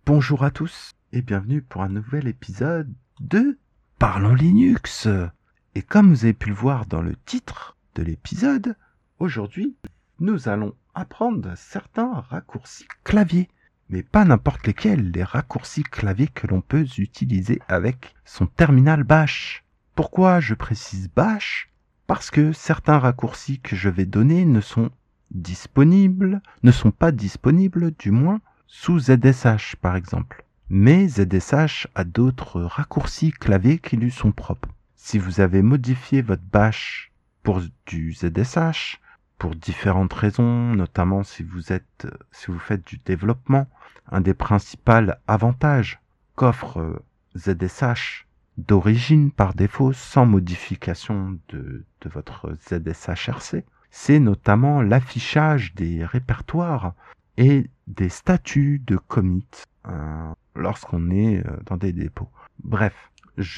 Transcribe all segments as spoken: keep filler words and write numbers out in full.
Bonjour à tous et bienvenue pour un nouvel épisode de Parlons Linux. Et comme vous avez pu le voir dans le titre de l'épisode, aujourd'hui nous allons apprendre certains raccourcis clavier. Mais pas n'importe lesquels, les raccourcis clavier que l'on peut utiliser avec son terminal bash. Pourquoi je précise bash ? Parce que certains raccourcis que je vais donner ne sont disponibles, ne sont pas disponibles du moins sous Z S H par exemple. Mais Z S H a d'autres raccourcis clavier qui lui sont propres. Si vous avez modifié votre bash pour du Z S H, pour différentes raisons, notamment si vous êtes, si vous faites du développement, un des principaux avantages qu'offre Z S H d'origine par défaut sans modification de, de votre Z S H R C, c'est notamment l'affichage des répertoires et des statuts de commit euh, lorsqu'on est euh, dans des dépôts. Bref,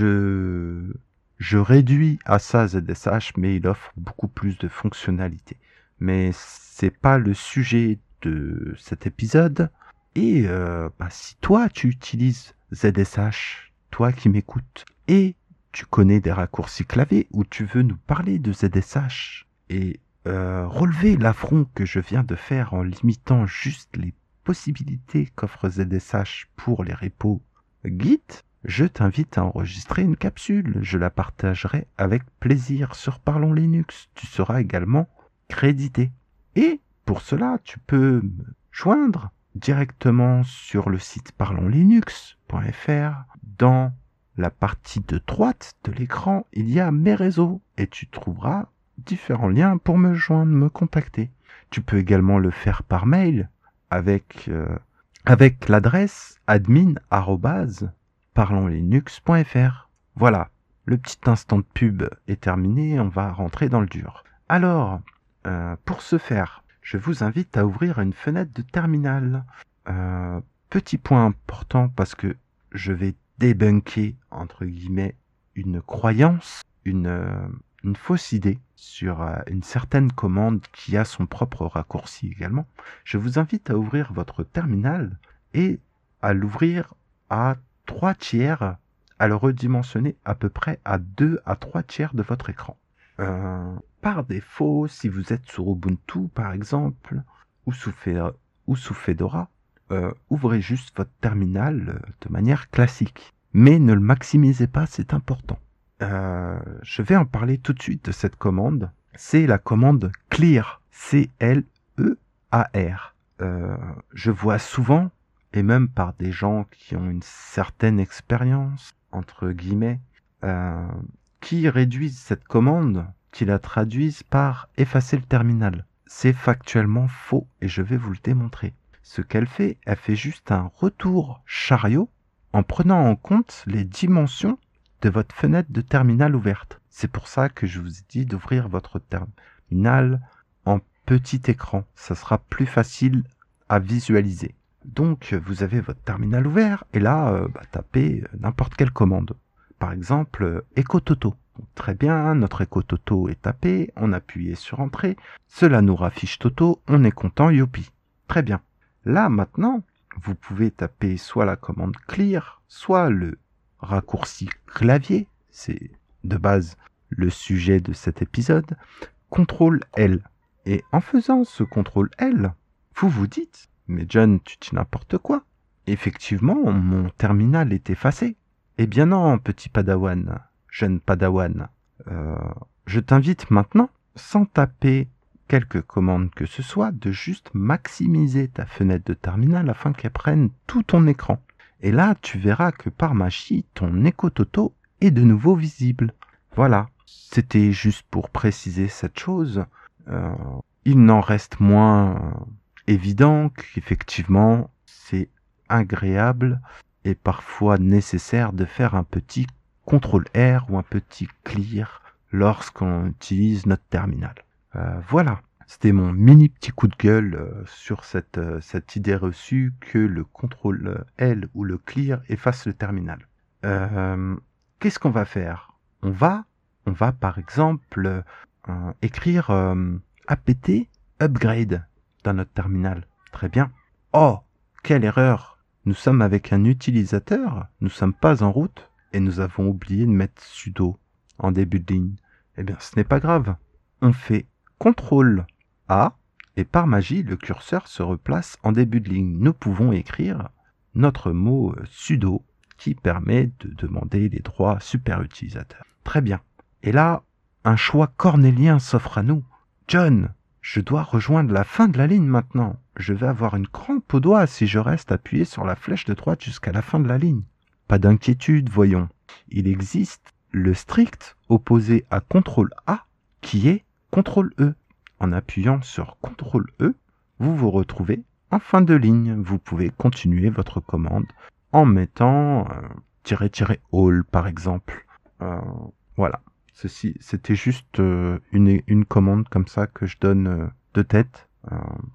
je, je réduis à ça Z S H, mais il offre beaucoup plus de fonctionnalités. Mais c'est pas le sujet de cet épisode. Et euh, bah, si toi tu utilises Z S H, toi qui m'écoutes, et tu connais des raccourcis clavier ou tu veux nous parler de Z S H et euh, relever l'affront que je viens de faire en limitant juste les possibilités qu'offre Z S H pour les repos Git, je t'invite à enregistrer une capsule. Je la partagerai avec plaisir sur Parlons Linux. Tu seras également crédité. Et pour cela, tu peux me joindre directement sur le site parlons linux point f r. Dans la partie de droite de l'écran, il y a mes réseaux et tu trouveras différents liens pour me joindre, me contacter. Tu peux également le faire par mail avec, euh, avec l'adresse admin arobase parlons linux point f r. Voilà, le petit instant de pub est terminé, on va rentrer dans le dur. Alors, euh, pour ce faire, je vous invite à ouvrir une fenêtre de terminal. Euh, petit point important parce que je vais débunker, entre guillemets, une croyance, une, euh, une fausse idée sur euh, une certaine commande qui a son propre raccourci également. Je vous invite à ouvrir votre terminal et à l'ouvrir à trois tiers, à le redimensionner à peu près à deux à trois tiers de votre écran. Euh, par défaut, si vous êtes sur Ubuntu par exemple, ou sous, Fe- ou sous Fedora, euh, ouvrez juste votre terminal euh, de manière classique. Mais ne le maximisez pas, c'est important. Euh, je vais en parler tout de suite de cette commande. C'est la commande clear, C L E A R. Euh, je vois souvent, et même par des gens qui ont une certaine expérience, entre guillemets, euh, qui réduisent cette commande, qui la traduisent par effacer le terminal. C'est factuellement faux et je vais vous le démontrer. Ce qu'elle fait, elle fait juste un retour chariot en prenant en compte les dimensions de votre fenêtre de terminal ouverte. C'est pour ça que je vous ai dit d'ouvrir votre terminal en petit écran. Ça sera plus facile à visualiser. Donc vous avez votre terminal ouvert et là, euh, bah, tapez n'importe quelle commande. Par exemple, euh, EcoToto. Donc, très bien, notre EcoToto est tapé, on appuie sur Entrée, cela nous raffiche Toto, on est content, youpi. Très bien. Là, maintenant, vous pouvez taper soit la commande clear, soit le raccourci clavier, c'est de base le sujet de cet épisode, contrôle L. Et en faisant ce contrôle L, vous vous dites, mais John, tu dis n'importe quoi. Effectivement, mon terminal est effacé. Eh bien non, petit padawan, jeune padawan, euh, je t'invite maintenant, sans taper quelques commandes que ce soit, de juste maximiser ta fenêtre de terminal afin qu'elle prenne tout ton écran. Et là, tu verras que par magie, ton EcoToto est de nouveau visible. Voilà, c'était juste pour préciser cette chose. Euh, il n'en reste moins euh, évident qu'effectivement, c'est agréable et parfois nécessaire de faire un petit contrôle R ou un petit clear lorsqu'on utilise notre terminal. Euh, voilà, c'était mon mini petit coup de gueule euh, sur cette, euh, cette idée reçue que le contrôle L ou le clear efface le terminal. Euh, qu'est-ce qu'on va faire ? On va, on va par exemple euh, écrire euh, apt upgrade dans notre terminal. Très bien. Oh, quelle erreur ! nous sommes avec un utilisateur, nous ne sommes pas en route, et nous avons oublié de mettre sudo en début de ligne. Eh bien, ce n'est pas grave. On fait contrôle A, et par magie, le curseur se replace en début de ligne. Nous pouvons écrire notre mot sudo, qui permet de demander les droits super utilisateurs. Très bien. Et là, un choix cornélien s'offre à nous. John, je dois rejoindre la fin de la ligne maintenant. Je vais avoir une crampe au doigt si je reste appuyé sur la flèche de droite jusqu'à la fin de la ligne. Pas d'inquiétude, voyons. Il existe le strict opposé à contrôle A, qui est contrôle E. En appuyant sur contrôle E, vous vous retrouvez en fin de ligne. Vous pouvez continuer votre commande en mettant euh, tiret tiret all par exemple. Euh, voilà. Ceci, c'était juste euh, une, une commande comme ça que je donne euh, de tête. Euh,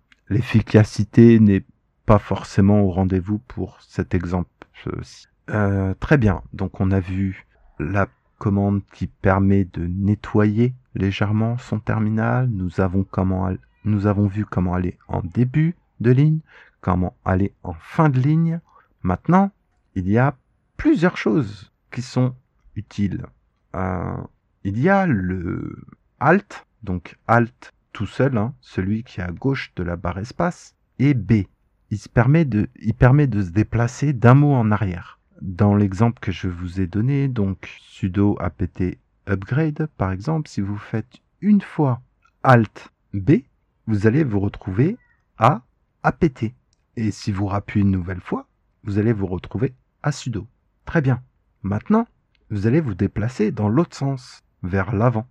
L'efficacité n'est pas forcément au rendez-vous pour cet exemple-ci. Euh, très bien. Donc on a vu la commande qui permet de nettoyer légèrement son terminal. Nous avons comment nous avons vu comment aller en début de ligne, comment aller en fin de ligne. Maintenant, il y a plusieurs choses qui sont utiles. Euh, il y a le Alt, donc Alt tout seul, hein, celui qui est à gauche de la barre espace, et B. Il, se permet de, il permet de se déplacer d'un mot en arrière. Dans l'exemple que je vous ai donné, donc sudo apt upgrade, par exemple, si vous faites une fois Alt B, vous allez vous retrouver à apt. Et si vous rappuyez une nouvelle fois, vous allez vous retrouver à sudo. Très bien. Maintenant, vous allez vous déplacer dans l'autre sens, vers l'avant.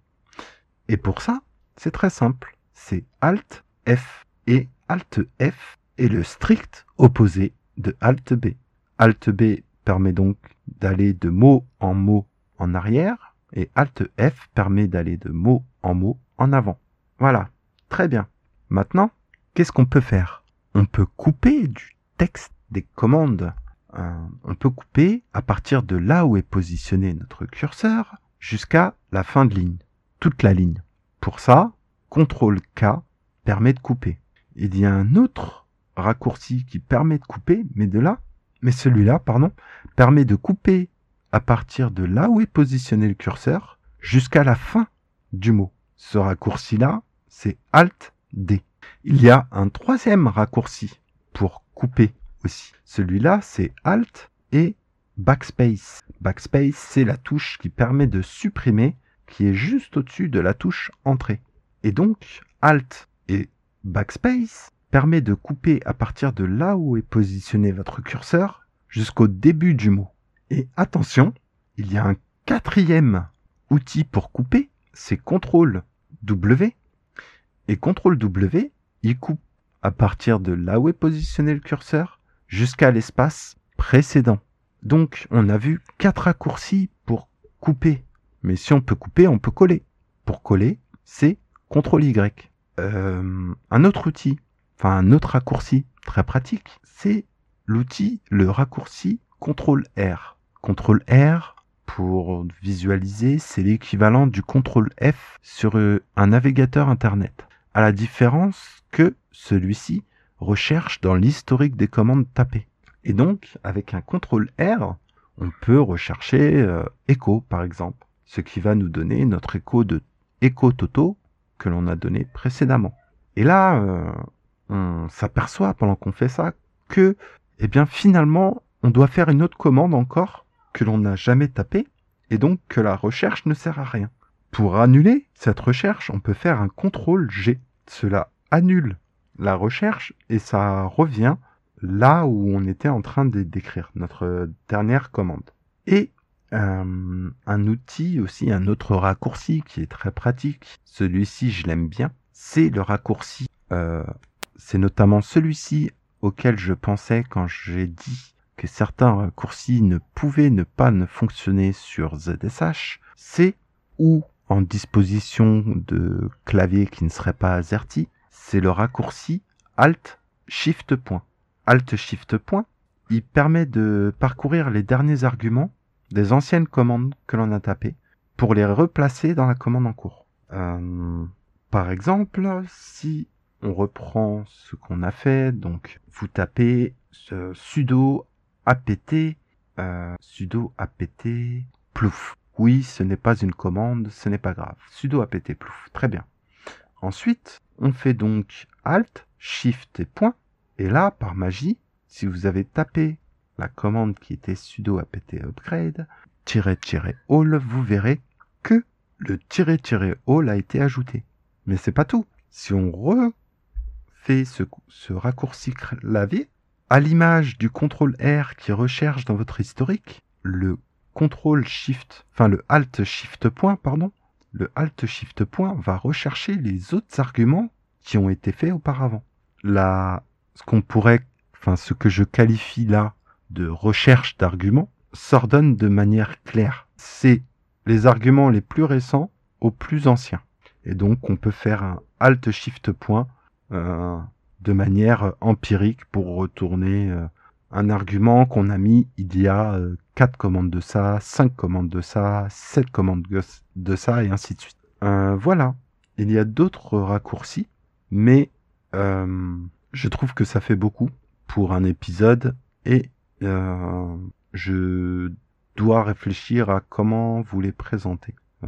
Et pour ça, c'est très simple. C'est Alt F. Et Alt F est le strict opposé de Alt B. Alt B permet donc d'aller de mot en mot en arrière, et Alt F permet d'aller de mot en mot en avant. Voilà, très bien. Maintenant, qu'est-ce qu'on peut faire? On peut couper du texte des commandes. Euh, on peut couper à partir de là où est positionné notre curseur jusqu'à la fin de ligne, toute la ligne. Pour ça, contrôle K permet de couper. Il y a un autre raccourci qui permet de couper, mais de là, mais celui-là, pardon, permet de couper à partir de là où est positionné le curseur jusqu'à la fin du mot. Ce raccourci-là, c'est Alt D. Il y a un troisième raccourci pour couper aussi. Celui-là, c'est Alt et Backspace. Backspace, c'est la touche qui permet de supprimer, qui est juste au-dessus de la touche Entrée. Et donc, Alt et Backspace permet de couper à partir de là où est positionné votre curseur jusqu'au début du mot. Et attention, il y a un quatrième outil pour couper, c'est contrôle W. Et contrôle W, il coupe à partir de là où est positionné le curseur jusqu'à l'espace précédent. Donc, on a vu quatre raccourcis pour couper. Mais si on peut couper, on peut coller. Pour coller, c'est contrôle Y. Euh, un autre outil, enfin un autre raccourci très pratique, c'est l'outil, le raccourci contrôle R. contrôle R, pour visualiser, c'est l'équivalent du contrôle F sur un navigateur Internet. À la différence que celui-ci recherche dans l'historique des commandes tapées. Et donc, avec un contrôle R, on peut rechercher euh, echo, par exemple, ce qui va nous donner notre écho de écho toto que l'on a donné précédemment. Et là, euh, on s'aperçoit pendant qu'on fait ça que, eh bien, finalement, on doit faire une autre commande encore que l'on n'a jamais tapée, et donc que la recherche ne sert à rien. Pour annuler cette recherche, on peut faire un contrôle G. Cela annule la recherche et ça revient là où on était en train de d'écrire notre dernière commande. Et euh, un outil aussi, un autre raccourci qui est très pratique, celui-ci je l'aime bien, c'est le raccourci, euh, c'est notamment celui-ci auquel je pensais quand j'ai dit que certains raccourcis ne pouvaient ne pas ne fonctionner sur Z S H, c'est ou en disposition de clavier qui ne serait pas AZERTY, c'est le raccourci Alt Shift point. Alt Shift point, il permet de parcourir les derniers arguments des anciennes commandes que l'on a tapées pour les replacer dans la commande en cours. Euh, par exemple, si on reprend ce qu'on a fait, donc vous tapez ce sudo apt euh, sudo apt plouf. Oui, ce n'est pas une commande, ce n'est pas grave. Sudo apt plouf, très bien. Ensuite, on fait donc Alt, Shift et point. Et là, par magie, si vous avez tapé la commande qui était sudo apt upgrade, tiret tiret all, vous verrez que le tiret tiret all a été ajouté. Mais c'est pas tout. Si on refait ce, ce raccourci clavier, à l'image du contrôle R qui recherche dans votre historique, le contrôle shift, enfin le alt shift point, pardon, le alt shift point va rechercher les autres arguments qui ont été faits auparavant. Là, ce qu'on pourrait, enfin ce que je qualifie là de recherche d'arguments, s'ordonne de manière claire. C'est les arguments les plus récents aux plus anciens. Et donc on peut faire un alt shift point euh, de manière empirique pour retourner euh, un argument qu'on a mis il y a euh, quatre commandes de ça, cinq commandes de ça, sept commandes de ça, et ainsi de suite. Euh, voilà, il y a d'autres raccourcis, mais euh, je trouve que ça fait beaucoup pour un épisode, et euh, je dois réfléchir à comment vous les présenter. Euh,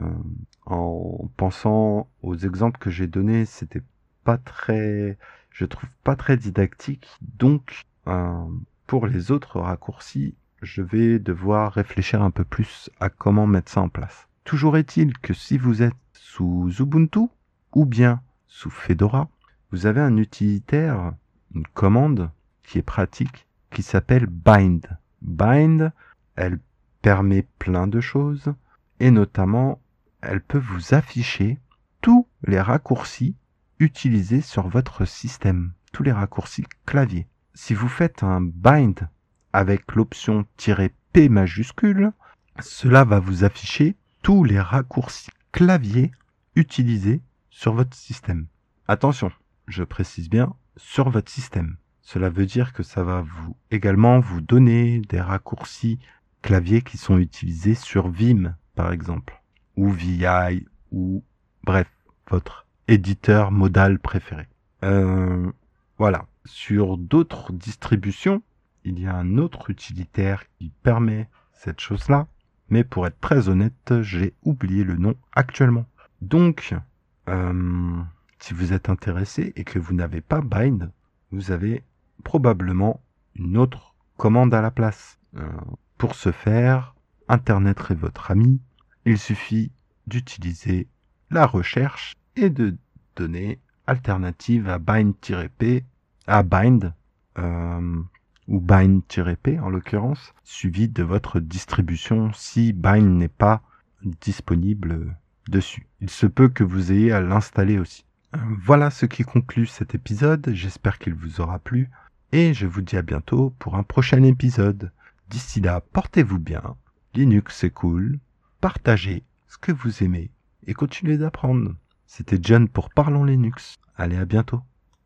en pensant aux exemples que j'ai donnés, c'était pas très, je trouve pas très didactique, donc euh, pour les autres raccourcis, je vais devoir réfléchir un peu plus à comment mettre ça en place. Toujours est-il que si vous êtes sous Ubuntu ou bien sous Fedora, vous avez un utilitaire, une commande qui est pratique, qui s'appelle bind. Bind, elle permet plein de choses, et notamment, elle peut vous afficher tous les raccourcis utilisés sur votre système, tous les raccourcis clavier. Si vous faites un bind avec l'option "-p" majuscule, cela va vous afficher tous les raccourcis clavier utilisés sur votre système. Attention, je précise bien, sur votre système. Cela veut dire que ça va vous également vous donner des raccourcis clavier qui sont utilisés sur Vim, par exemple, ou V I, ou bref, votre éditeur modal préféré. Euh, voilà. Sur d'autres distributions, il y a un autre utilitaire qui permet cette chose-là, mais pour être très honnête, j'ai oublié le nom actuellement. Donc, euh, si vous êtes intéressé et que vous n'avez pas bind, vous avez probablement une autre commande à la place. Euh, pour ce faire, Internet est votre ami. Il suffit d'utiliser la recherche et de donner alternative à bind-p, à bind, euh, ou bind-p en l'occurrence, suivi de votre distribution si bind n'est pas disponible dessus. Il se peut que vous ayez à l'installer aussi. Euh, voilà ce qui conclut cet épisode, j'espère qu'il vous aura plu, et je vous dis à bientôt pour un prochain épisode. D'ici là, portez-vous bien, Linux c'est cool, partagez ce que vous aimez et continuez d'apprendre. C'était John pour Parlons Linux. Allez, à bientôt.